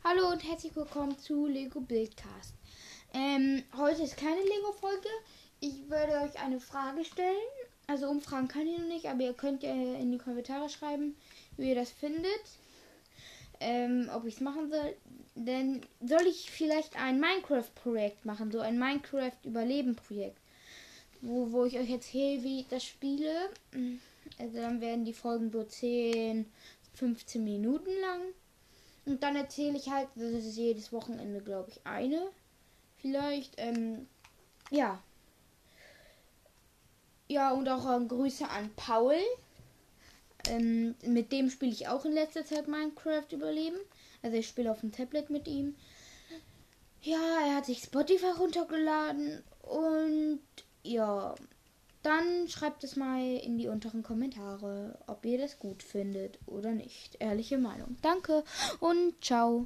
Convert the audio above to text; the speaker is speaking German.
Hallo und herzlich willkommen zu Lego Buildcast. Heute ist keine Lego-Folge. Ich werde euch eine Frage stellen. Also Umfragen kann ich noch nicht, aber ihr könnt ja in die Kommentare schreiben, wie ihr das findet. Ob ich es machen soll. Denn soll ich vielleicht ein Minecraft-Projekt machen, so ein Minecraft-Überleben-Projekt, wo ich euch erzähle, wie ich das spiele. Also dann werden die Folgen so 10, 15 Minuten lang. Und dann erzähle ich halt, das ist jedes Wochenende, glaube ich, eine. Vielleicht, ja. Ja, und auch Grüße an Paul. Mit dem spiele ich auch in letzter Zeit Minecraft Überleben. Also ich spiele auf dem Tablet mit ihm. Ja, er hat sich Spotify runtergeladen. Und ja, dann schreibt es mal in die unteren Kommentare, ob ihr das gut findet oder nicht. Ehrliche Meinung. Danke und ciao.